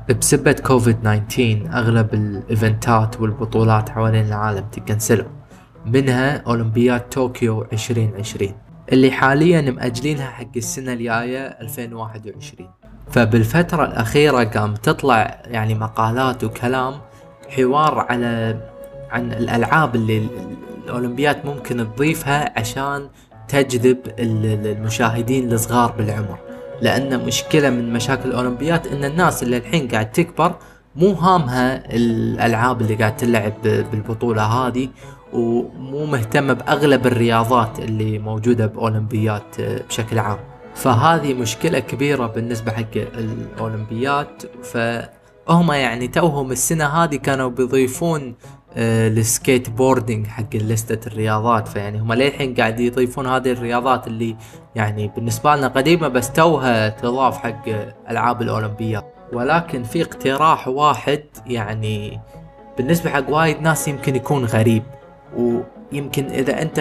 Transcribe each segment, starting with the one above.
بسبة كوفيد 19 أغلب الإيفنتات والبطولات حوالين العالم تكنسلوا، منها أولمبياد طوكيو 2020 اللي حاليا مأجلينها حق السنة الجاية 2021. فبالفترة الأخيرة قام تطلع يعني مقالات وكلام حوار عن الألعاب اللي الأولمبياد ممكن تضيفها عشان تجذب المشاهدين الصغار بالعمر. لأن مشكلة من مشاكل الأولمبياد إن الناس اللي الحين قاعد تكبر مو هامها الألعاب اللي قاعد تلعب بالبطولة هذه، ومو مهتمة بأغلب الرياضات اللي موجودة بأولمبياد بشكل عام. فهذه مشكلة كبيرة بالنسبة حق الأولمبياد. فهم يعني توهم السنة هذه كانوا بيضيفون السكيت بوردينج حق لستة الرياضات. فيعني هم للحين قاعد يضيفون هذه الرياضات اللي يعني بالنسبة لنا قديمة بس توها تضاف حق ألعاب الأولمبياد. ولكن في اقتراح واحد يعني بالنسبة حق وايد ناس يمكن يكون غريب، ويمكن إذا أنت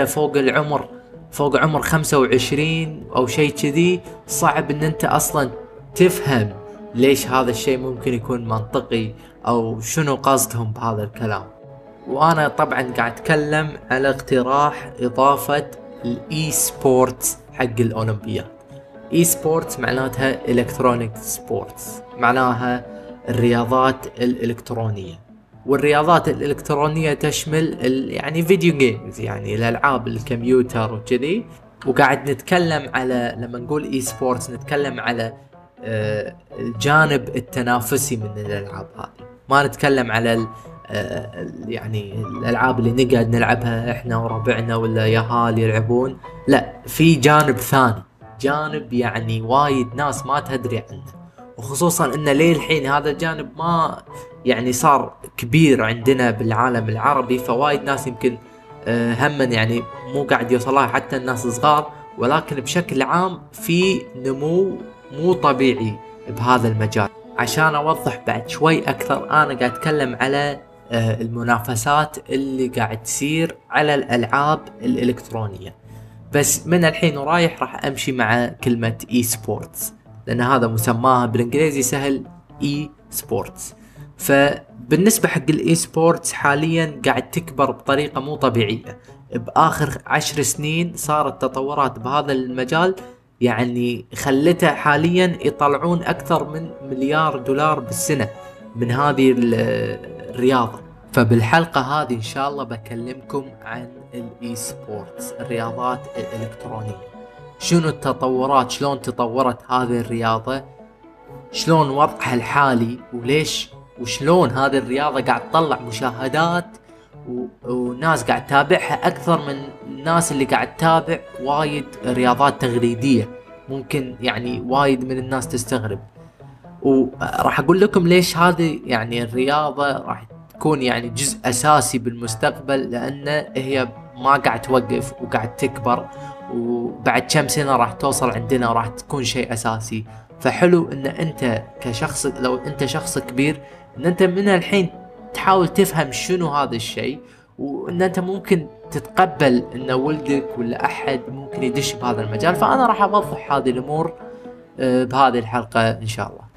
فوق عمر 25 أو شيء كذي صعب أن أنت أصلا تفهم ليش هذا الشيء ممكن يكون منطقي أو شنو قصدهم بهذا الكلام. وأنا طبعا قاعد أتكلم على اقتراح إضافة الإي سبورتس حق الأولمبياد. إي سبورتس معناتها إلكترونيك سبورتس، معناها الرياضات الإلكترونية. والرياضات الإلكترونية تشمل يعني فيديو جيمز، يعني الألعاب الكمبيوتر وكذي. وقاعد نتكلم على لما نقول إي سبورتس نتكلم على الجانب التنافسي من الألعاب هذه، ما نتكلم على يعني الألعاب اللي نقعد نلعبها إحنا وربعنا ولا يهال يلعبون. لا، في جانب ثاني، جانب يعني وايد ناس ما تدري عنه، وخصوصا إن ليه الحين هذا الجانب ما يعني صار كبير عندنا بالعالم العربي. فوايد ناس يمكن هم يعني مو قاعد يوصلها حتى الناس الصغار، ولكن بشكل عام في نمو مو طبيعي بهذا المجال. عشان أوضح بعد شوي أكثر، أنا قاعد أتكلم على المنافسات اللي قاعد تصير على الألعاب الإلكترونية. بس من الحين ورايح راح أمشي مع كلمة إي سبورتس، لأن هذا مسماها بالإنجليزي سهل، إي سبورتس. فبالنسبة حق الإي سبورتس حاليا قاعد تكبر بطريقة مو طبيعية. بآخر 10 سنين صارت تطورات بهذا المجال يعني خلته حاليا يطلعون أكثر من $1,000,000,000 بالسنة من هذه الرياضة. فبالحلقة هذه إن شاء الله بكلمكم عن الإي سبورتس، الرياضات الإلكترونية. شنو التطورات، شلون تطورت هذه الرياضة، شلون وضعها الحالي، وليش وشلون هذه الرياضة قاعد تطلع مشاهدات وناس قاعد تتابعها أكثر من الناس اللي قاعد تتابع وايد رياضات تقليدية. ممكن يعني وايد من الناس تستغرب، وراح أقول لكم ليش هذه يعني الرياضة راح تكون يعني جزء أساسي بالمستقبل، لأن هي ما قاعد توقف وقاعد تكبر، وبعد كم سنة راح توصل عندنا وراح تكون شيء أساسي. فحلو ان انت كشخص، لو انت شخص كبير، ان انت من الحين تحاول تفهم شنو هذا الشيء، وان انت ممكن تتقبل ان ولدك ولا احد ممكن يدش بهذا المجال. فانا راح اوضح هذه الامور بهذه الحلقة ان شاء الله.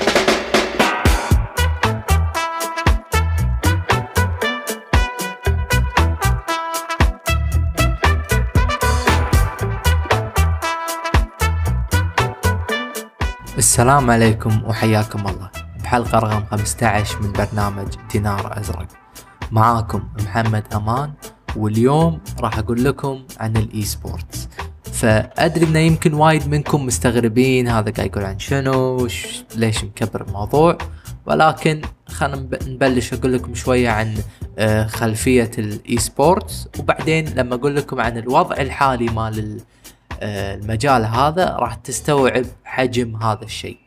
السلام عليكم وحياكم الله بحلقة رقم 15 من برنامج دينار أزرق. معاكم محمد أمان، واليوم راح أقول لكم عن الإي سبورتس. فأدري إنه يمكن وايد منكم مستغربين هذا قاعد يقول عن شنو، ليش مكبر الموضوع، ولكن خلنا نبلش أقول لكم شوية عن خلفية الإي سبورتس، وبعدين لما أقول لكم عن الوضع الحالي مال المجال هذا راح تستوعب حجم هذا الشيء.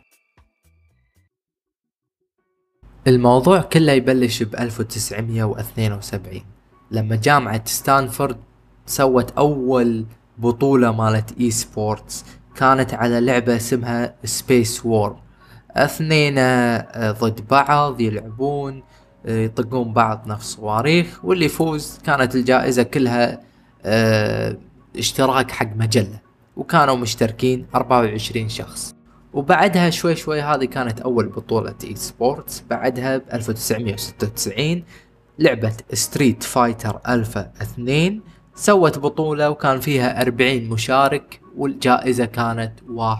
الموضوع كله يبلش ب 1972 لما جامعة ستانفورد سوت أول بطولة مالت إي سبورتس. كانت على لعبة اسمها سبيس وور، اثنين ضد بعض يلعبون يطقون بعض نفس صواريخ، واللي يفوز كانت الجائزة كلها اشتراك حق مجلة، وكانوا مشتركين 24 شخص. وبعدها شوي شوي هذه كانت أول بطولة إي سبورتس. بعدها ب 1996 لعبة ستريت فايتر ألفا 2 سوت بطولة وكان فيها 40 مشارك، والجائزة كانت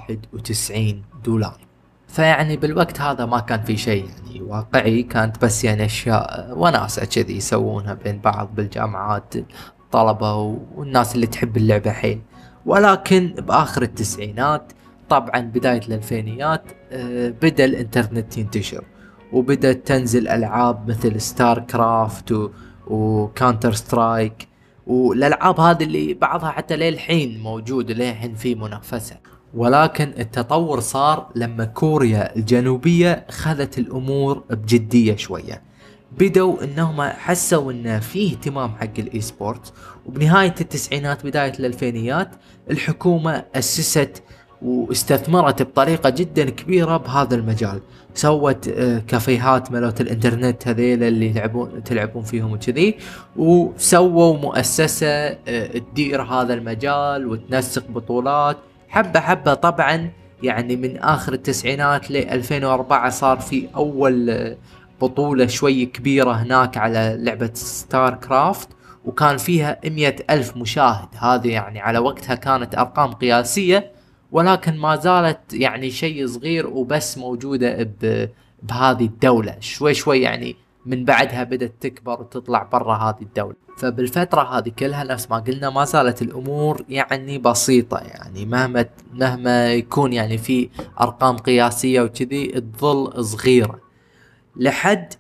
$91. فيعني بالوقت هذا ما كان في شيء يعني واقعي، كانت بس يعني أشياء وناسة كذي يسوونها بين بعض بالجامعات، الطلبة والناس اللي تحب اللعبة حيل. ولكن بآخر التسعينات طبعا بداية الألفينيات بدأ الإنترنت ينتشر، وبدأت تنزل ألعاب مثل ستار كرافت وكانتر سترايك، والألعاب هذه اللي بعضها حتى للحين موجود، للحين في منافسة. ولكن التطور صار لما كوريا الجنوبية خذت الأمور بجدية شوية، بدوا انهم حسوا ان فيه اهتمام حق الاي سبورت. وبنهاية التسعينات بداية الالفينيات الحكومة اسست واستثمرت بطريقة جدا كبيرة بهذا المجال، سوت كافيهات ملوت الانترنت هذيل اللي تلعبون فيهم وكذي، وسووا مؤسسة تدير هذا المجال وتنسق بطولات حبة حبة. طبعا يعني من اخر التسعينات ل 2004 صار في اول بطولة شوي كبيرة هناك على لعبة ستار كرافت، وكان فيها 100,000 مشاهد. هذه يعني على وقتها كانت أرقام قياسية، ولكن ما زالت يعني شيء صغير وبس موجودة بهذه الدولة. شوي شوي يعني من بعدها بدأت تكبر وتطلع برا هذه الدولة. فبالفترة هذه كلها نفس ما قلنا ما زالت الأمور يعني بسيطة، يعني مهما يكون يعني في أرقام قياسية وكذي تظل صغيرة، لحد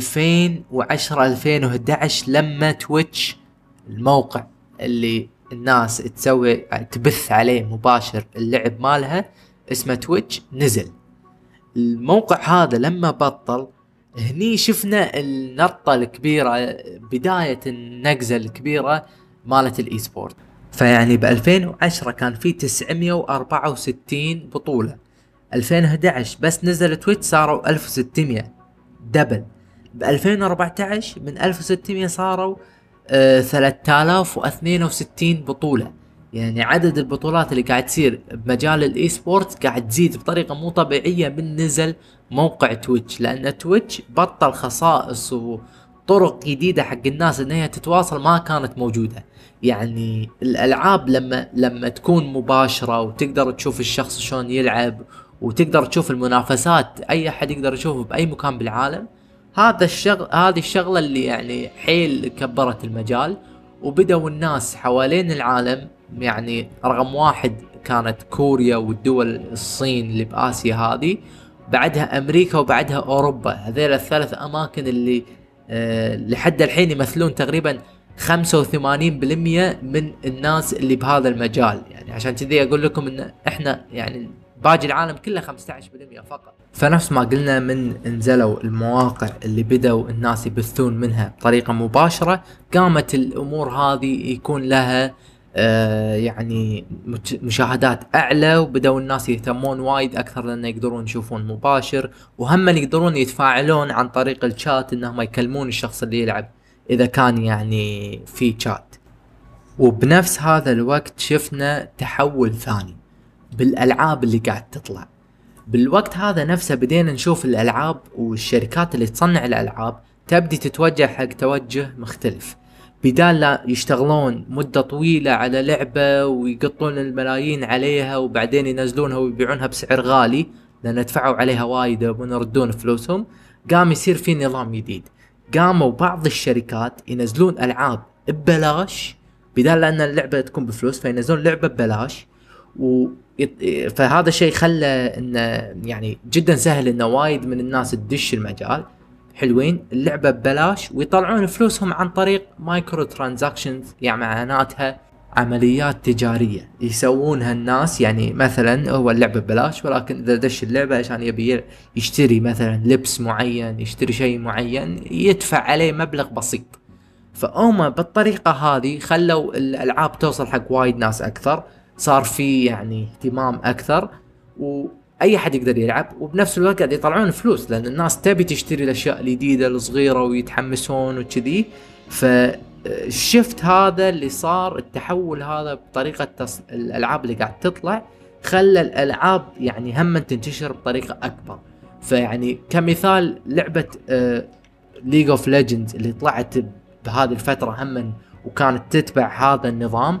2010 2011 لما تويتش الموقع اللي الناس تبث عليه مباشر اللعب مالها اسمه تويتش نزل. الموقع هذا لما بطل هني شفنا النطة الكبيرة، بداية النقزة الكبيرة مالت الاي سبورت. فيعني ب 2010 كان في 964 بطولة، 2011 بس نزل تويتش صاروا 1600 دبل. ب 2014 من 1600 صاروا 3062 بطولة. يعني عدد البطولات اللي قاعد تصير بمجال الاي سبورت قاعد تزيد بطريقة مو طبيعية من نزل موقع تويتش، لان تويتش بطل خصائص وطرق جديدة حق الناس ان هي تتواصل ما كانت موجودة. يعني الالعاب لما تكون مباشرة وتقدر تشوف الشخص شلون يلعب وتقدر تشوف المنافسات، اي احد يقدر يشوفه باي مكان بالعالم، هذه الشغلة اللي يعني حيل كبرت المجال. وبدأوا الناس حوالين العالم، يعني رقم واحد كانت كوريا والدول الصين اللي بآسيا هذه، بعدها أمريكا وبعدها أوروبا. هذيل الثلاث أماكن اللي لحد الحين يمثلون تقريبا 85% من الناس اللي بهذا المجال. يعني عشان كذي أقول لكم إن إحنا يعني باقي العالم كله 15% فقط. فنفس ما قلنا من نزلوا المواقع اللي بدأوا الناس يبثون منها بطريقة مباشرة، قامت الأمور هذه يكون لها يعني مشاهدات أعلى، وبدأوا الناس يهتمون وايد أكثر لأنه يقدرون يشوفون مباشر، وهم يقدرون يتفاعلون عن طريق الشات إنهم يكلمون الشخص اللي يلعب إذا كان يعني في شات. وبنفس هذا الوقت شفنا تحول ثاني بالألعاب اللي قاعد تطلع. بالوقت هذا نفسه بدينا نشوف الألعاب والشركات اللي تصنع الألعاب تبدي تتوجه حق توجه مختلف، بدال لا يشتغلون مدة طويلة على لعبة ويقطون الملايين عليها وبعدين ينزلونها ويبيعونها بسعر غالي لأن دفعوا عليها وايد ويبون يردون فلوسهم. قام يصير في نظام جديد، قاموا بعض الشركات ينزلون ألعاب ببلاش، بدال لأن اللعبة تكون بفلوس فينزلون لعبة ببلاش. فهذا الشيء خلى انه يعني جدا سهل انه وايد من الناس تدش المجال حلوين اللعبة ببلاش ويطلعون فلوسهم عن طريق مايكرو ترانزاكشنز، يعني معناتها عمليات تجارية يسوونها الناس. يعني مثلا هو اللعبة ببلاش، ولكن اذا دش اللعبة عشان يبي يشتري مثلا لبس معين، يشتري شيء معين، يدفع عليه مبلغ بسيط. فهم بالطريقة هذه خلوا الألعاب توصل حق وايد ناس أكثر، صار في يعني اهتمام أكثر وأي حد يقدر يلعب، وبنفس الوقت قاعد يطلعون فلوس لأن الناس تبي تشتري الأشياء الجديدة الصغيرة ويتحمسون وكذي. فشفت هذا اللي صار التحول هذا بطريقة الألعاب اللي قاعد تطلع، خلى الالعاب يعني هم تنتشر بطريقة اكبر. فيعني كمثال لعبة ليج اوف ليجندز اللي طلعت بهذه الفترة هم وكانت تتبع هذا النظام،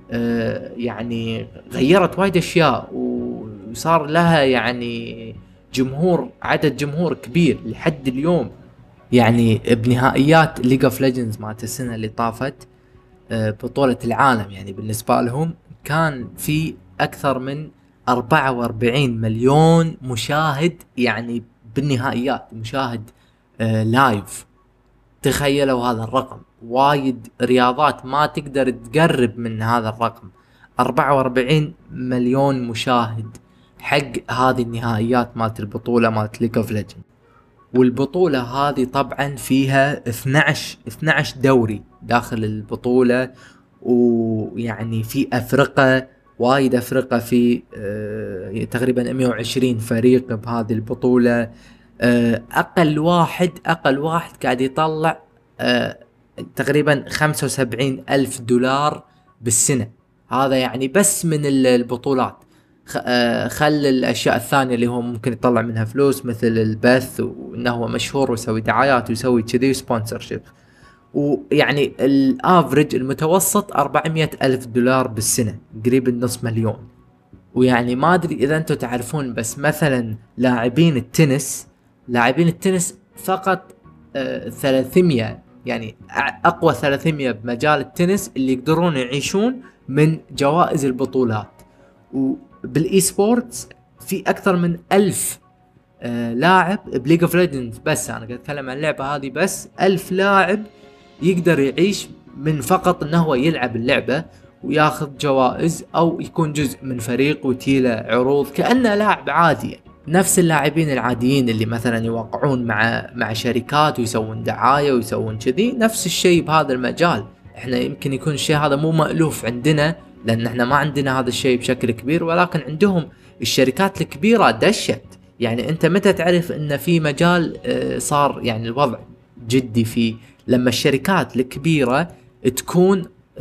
يعني غيرت وايد اشياء وصار لها يعني جمهور، عدد جمهور كبير لحد اليوم. يعني بنهائيات ليج اوف ليجندز مالت السنة اللي طافت، بطولة العالم يعني بالنسبة لهم كان في اكثر من 44 مليون مشاهد يعني بالنهائيات، مشاهد لايف. تخيلوا هذا الرقم، وايد رياضات ما تقدر تقرب من هذا الرقم. 44 مليون مشاهد حق هذه النهائيات مالت البطولة مالت ليج اوف ليجند. والبطولة هذه طبعا فيها 12 دوري داخل البطولة، ويعني في افرقة، وايد افرقة، في تقريبا 120 فريق بهذه البطولة. اقل واحد قاعد يطلع تقريبا 75 الف دولار بالسنة. هذا يعني بس من البطولات. خل الاشياء الثانية اللي هو ممكن يطلع منها فلوس مثل البث، وانه هو مشهور ويسوي دعايات ويسوي كذي سبونسرشيب. ويعني الافرج المتوسط 400 الف دولار بالسنة، قريب النص مليون. ويعني ما ادري اذا انتم تعرفون، بس مثلا لاعبين التنس فقط 300، يعني اقوى 300 بمجال التنس اللي يقدرون يعيشون من جوائز البطولات. وبالاي سبورتس في اكثر من 1000 لاعب بليج اوف ليجندز. بس انا قاعد اتكلم عن اللعبة هذه، بس 1000 لاعب يقدر يعيش من فقط انه هو يلعب اللعبة وياخذ جوائز، او يكون جزء من فريق وتيله عروض كأنه لاعب عادي. نفس اللاعبين العاديين اللي مثلا يوقعون مع شركات ويسوون دعاية ويسوون كذي، نفس الشيء بهذا المجال. احنا يمكن يكون الشيء هذا مو مألوف عندنا لان احنا ما عندنا هذا الشيء بشكل كبير، ولكن عندهم الشركات الكبيرة دشت. يعني انت متى تعرف ان في مجال صار يعني الوضع جدي فيه؟ لما الشركات الكبيرة تكون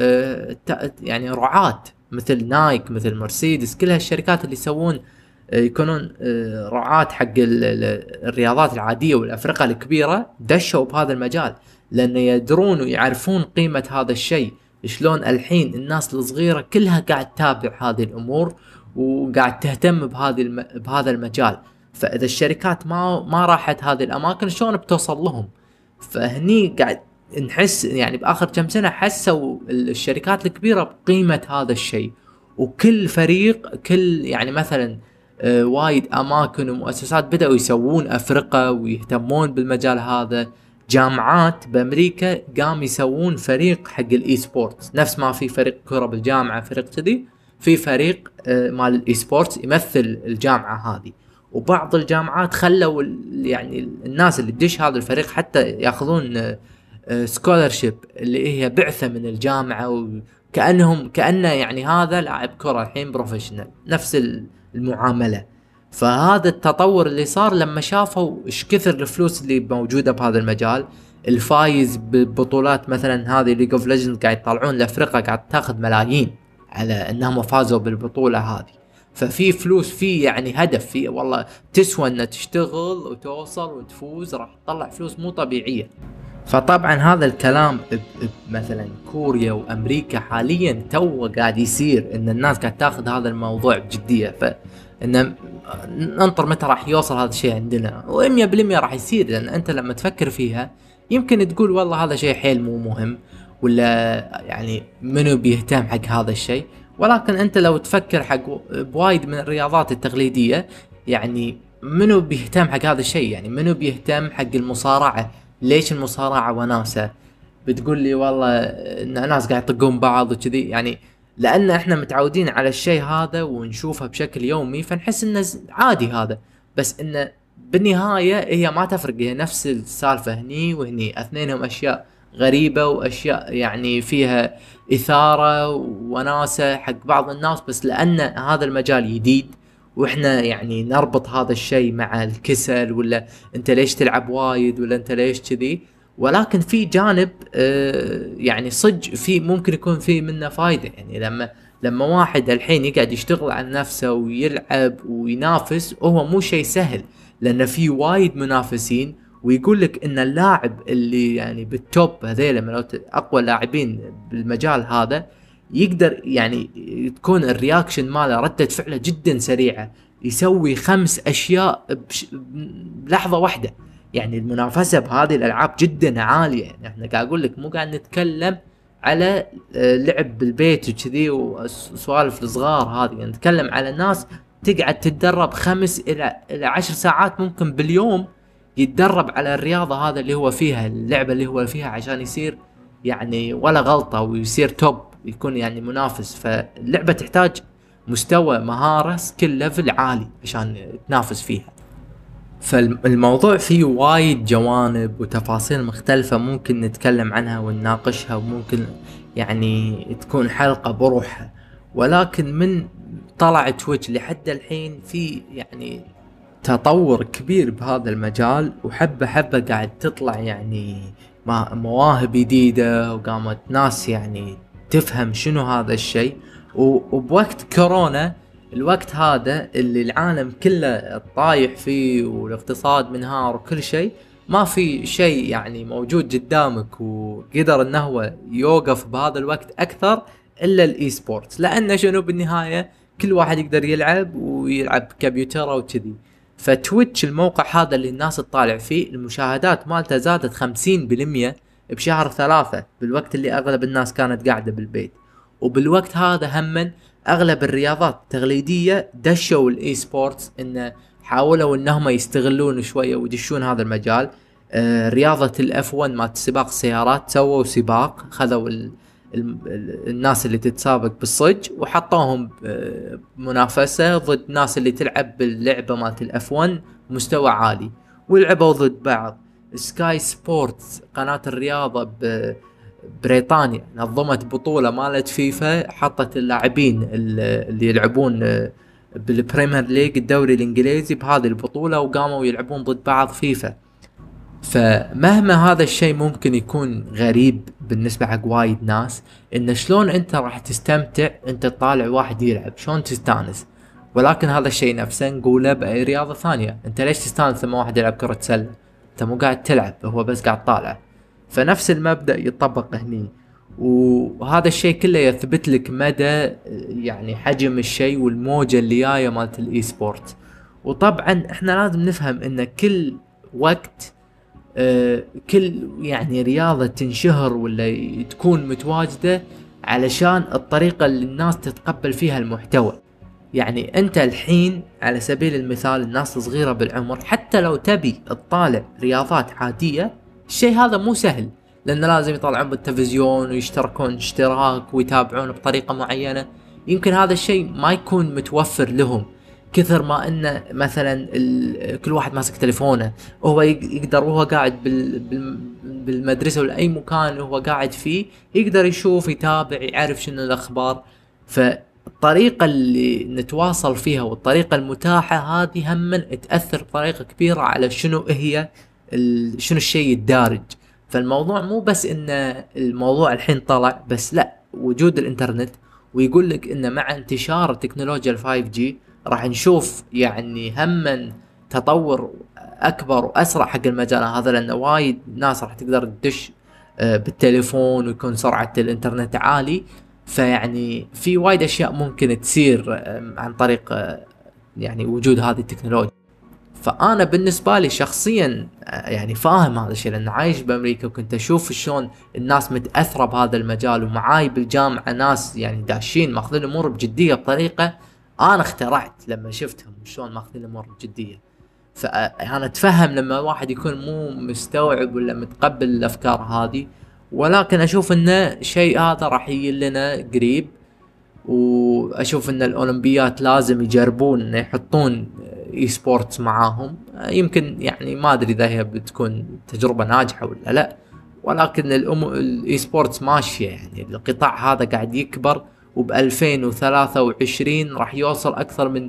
يعني رعاة، مثل نايك، مثل مرسيدس، كل هالشركات اللي يسوون يكونون رعاة حق الرياضات العادية والأفرقة الكبيرة، دشوا بهذا المجال لأن يدرون ويعرفون قيمة هذا الشيء. شلون الحين الناس الصغيرة كلها قاعد تتابع هذه الأمور وقاعد تهتم بهذا المجال. فإذا الشركات ما راحت هذه الأماكن شلون بتوصل لهم؟ فهني قاعد نحس يعني بآخر كم سنة حسوا الشركات الكبيرة بقيمة هذا الشيء. وكل فريق، كل يعني مثلا وايد أماكن ومؤسسات بدأوا يسوون أفرقة ويهتمون بالمجال هذا. جامعات بأمريكا قام يسوون فريق حق الإي سبورتس، نفس ما في فريق كرة بالجامعة، فريق كذي، في فريق مال الإي سبورتس يمثل الجامعة هذه. وبعض الجامعات خلوا يعني الناس اللي تدش هذا الفريق حتى ياخذون سكولرشيب اللي هي بعثة من الجامعة، كأنه يعني هذا لاعب كرة الحين بروفيشنال، نفس المعاملة. فهذا التطور اللي صار لما شافوا ايش كثر الفلوس اللي موجودة بهذا المجال. الفايز ببطولات مثلا هذه ليج اوف ليجندز قاعد يطلعون لأفريقيا قاعد تاخذ ملايين على انهم فازوا بالبطولة هذه. ففي فلوس، في يعني هدف، في والله تسوى ان تشتغل وتوصل وتفوز، راح تطلع فلوس مو طبيعية. فطبعا هذا الكلام مثلا كوريا وامريكا حاليا تو قاعد يصير، ان الناس قاعد تاخذ هذا الموضوع بجدية. فإن ننطر متى راح يوصل هذا الشيء عندنا، و100% راح يصير. لان انت لما تفكر فيها يمكن تقول والله هذا شيء حيل مو مهم، ولا يعني منو بيهتم حق هذا الشيء. ولكن انت لو تفكر حق بوايد من الرياضات التقليدية، يعني منو بيهتم حق هذا الشيء؟ يعني منو بيهتم حق المصارعة؟ ليش المصارعة وناسة؟ بتقول لي والله ان ناس قاعد يطقون بعض وكذي، يعني لان احنا متعودين على الشيء هذا ونشوفه بشكل يومي فنحس انه عادي هذا. بس انه بالنهاية هي ما تفرق، هي نفس السالفة هني وهني، اثنينهم اشياء غريبة واشياء يعني فيها اثارة وناسة حق بعض الناس، بس لان هذا المجال جديد واحنا يعني نربط هذا الشيء مع الكسل، ولا انت ليش تلعب وايد، ولا انت ليش كذي. ولكن في جانب يعني صج في ممكن يكون في منه فايدة. يعني لما واحد الحين يقعد يشتغل على نفسه ويلعب وينافس، هو مو شيء سهل، لان في وايد منافسين. ويقول لك ان اللاعب اللي يعني بالتوب هذيل من اقوى لاعبين بالمجال هذا يقدر يعني تكون الرياكشن ماله ردة فعله جدا سريعة، يسوي 5 اشياء بلحظة واحدة. يعني المنافسة بهذه الالعاب جدا عالية. يعني احنا قاعد اقول لك مو قاعد نتكلم على لعب بالبيت وكذي وسوالف الصغار هذه، يعني نتكلم على ناس تقعد تتدرب 5 الى 10 ساعات ممكن باليوم، يتدرب على الرياضة هذا اللي هو فيها، اللعبة اللي هو فيها، عشان يصير يعني ولا غلطة ويصير توب، يكون يعني منافس. فاللعبة تحتاج مستوى مهارة سكيل ليفل عالي عشان تنافس فيها. فالموضوع فيه وايد جوانب وتفاصيل مختلفة ممكن نتكلم عنها ونناقشها، وممكن يعني تكون حلقة بروحها. ولكن من طلع تويتش لحد الحين في يعني تطور كبير بهذا المجال، وحبة حبة قاعد تطلع يعني مواهب جديدة، وقامت ناس يعني تفهم شنو هذا الشيء. وبوقت كورونا، الوقت هذا اللي العالم كله طايح فيه والاقتصاد منهار وكل شيء، ما في شيء يعني موجود قدامك وقدر انه هو يوقف بهذا الوقت اكثر الا الاي سبورت. لانه شنو بالنهاية كل واحد يقدر يلعب ويلعب كمبيوتر وكذي. فتويتش الموقع هذا اللي الناس تطالع فيه، المشاهدات مالته زادت 50% بشهر 3 بالوقت اللي اغلب الناس كانت قاعدة بالبيت. وبالوقت هذا هم اغلب الرياضات التقليدية دشوا الاي سبورتس، انه حاولوا انهم يستغلون شوية ويدشون هذا المجال. رياضة الاف 1 مالت سباق السيارات، سووا سباق، خذوا الناس اللي تتسابق بالصج وحطوهم منافسة ضد ناس اللي تلعب باللعبة مالت الاف 1 مستوى عالي، ولعبوا ضد بعض. سكاي سبورتس قناة الرياضة بريطانيا نظمت بطولة مالت فيفا، حطت اللاعبين اللي يلعبون بالبريمير ليج الدوري الانجليزي بهذه البطولة، وقاموا يلعبون ضد بعض فيفا. فمهما هذا الشيء ممكن يكون غريب بالنسبة حق وايد ناس، ان شلون انت راح تستمتع انت تطالع واحد يلعب، شلون تستانس. ولكن هذا الشيء نفسه نقوله باي رياضة ثانية. انت ليش تستانس لما واحد يلعب كرة سلة؟ انت مو قاعد تلعب، هو بس قاعد طالع. فنفس المبدأ يطبق هني. وهذا الشيء كله يثبت لك مدى يعني حجم الشيء والموجة اللي جاية مالت الاي سبورت. وطبعا احنا لازم نفهم ان كل وقت كل يعني رياضة تنشهر ولا تكون متواجدة علشان الطريقة اللي الناس تتقبل فيها المحتوى. يعني انت الحين على سبيل المثال الناس الصغيرة بالعمر، حتى لو تبي تطالع رياضات عادية، الشيء هذا مو سهل، لأن لازم يطلعون بالتلفزيون ويشتركون اشتراك ويتابعون بطريقة معينة. يمكن هذا الشيء ما يكون متوفر لهم، كثر ما انه مثلا كل واحد ماسك تليفونه، وهو يقدر وهو قاعد بالمدرسة ولا اي مكان وهو قاعد فيه يقدر يشوف يتابع يعرف شنو الاخبار. فالطريقة اللي نتواصل فيها والطريقة المتاحة هذه هم تأثر بطريقة كبيرة على شنو هي شنو الشيء الدارج. فالموضوع مو بس ان الموضوع الحين طلع بس، لا، وجود الانترنت. ويقول لك ان مع انتشار تكنولوجيا ال5G راح نشوف يعني هم تطور اكبر واسرع حق المجال هذا، لان وايد ناس راح تقدر تدش بالتليفون ويكون سرعة الانترنت عالي. فيعني في وايد اشياء ممكن تصير عن طريق يعني وجود هذه التكنولوجيا. فانا بالنسبه لي شخصيا يعني فاهم هذا الشيء، لان عايش بامريكا وكنت اشوف شلون الناس متاثره بهذا المجال، ومعاي بالجامعه ناس يعني داشين ماخذين الامور بجديه بطريقه انا اخترعت لما شفتهم شلون ماخذين الامور بجديه. فانا اتفهم لما واحد يكون مو مستوعب ولا متقبل الافكار هذه، ولكن اشوف انه شيء هذا راح يجي لنا قريب. واشوف ان الاولمبيات لازم يجربون ان يحطون اي سبورتس معاهم. يمكن يعني ما ادري اذا هي بتكون تجربة ناجحة ولا لا، ولكن الاي سبورتس ماشية. يعني القطاع هذا قاعد يكبر، وب 2023 راح يوصل اكثر من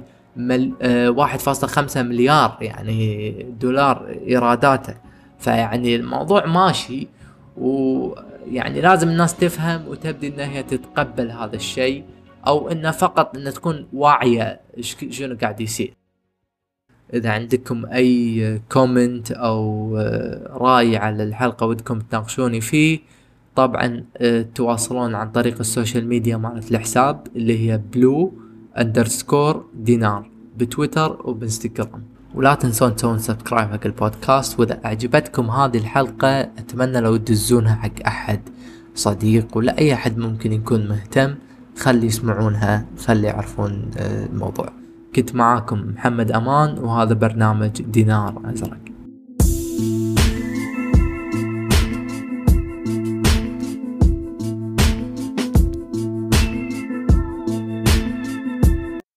1.5 مليار يعني دولار ايراداته. فيعني الموضوع ماشي، ويعني لازم الناس تفهم وتبدي انها هي تتقبل هذا الشيء. او انه فقط انه تكون واعية شنو قاعد يصير. اذا عندكم اي كومنت او رأي على الحلقة ودكم تناقشوني فيه، طبعا تواصلون عن طريق السوشيال ميديا مالت الحساب اللي هي blue_dinar بتويتر وبانستغرام. ولا تنسون تسوون سبسكرايب حق البودكاست. واذا اعجبتكم هذه الحلقة اتمنى لو تدزونها حق احد صديق ولا اي احد ممكن يكون مهتم، خلي يسمعونها، خلي يعرفون الموضوع. كنت معاكم محمد امان، وهذا برنامج دينار ازرق.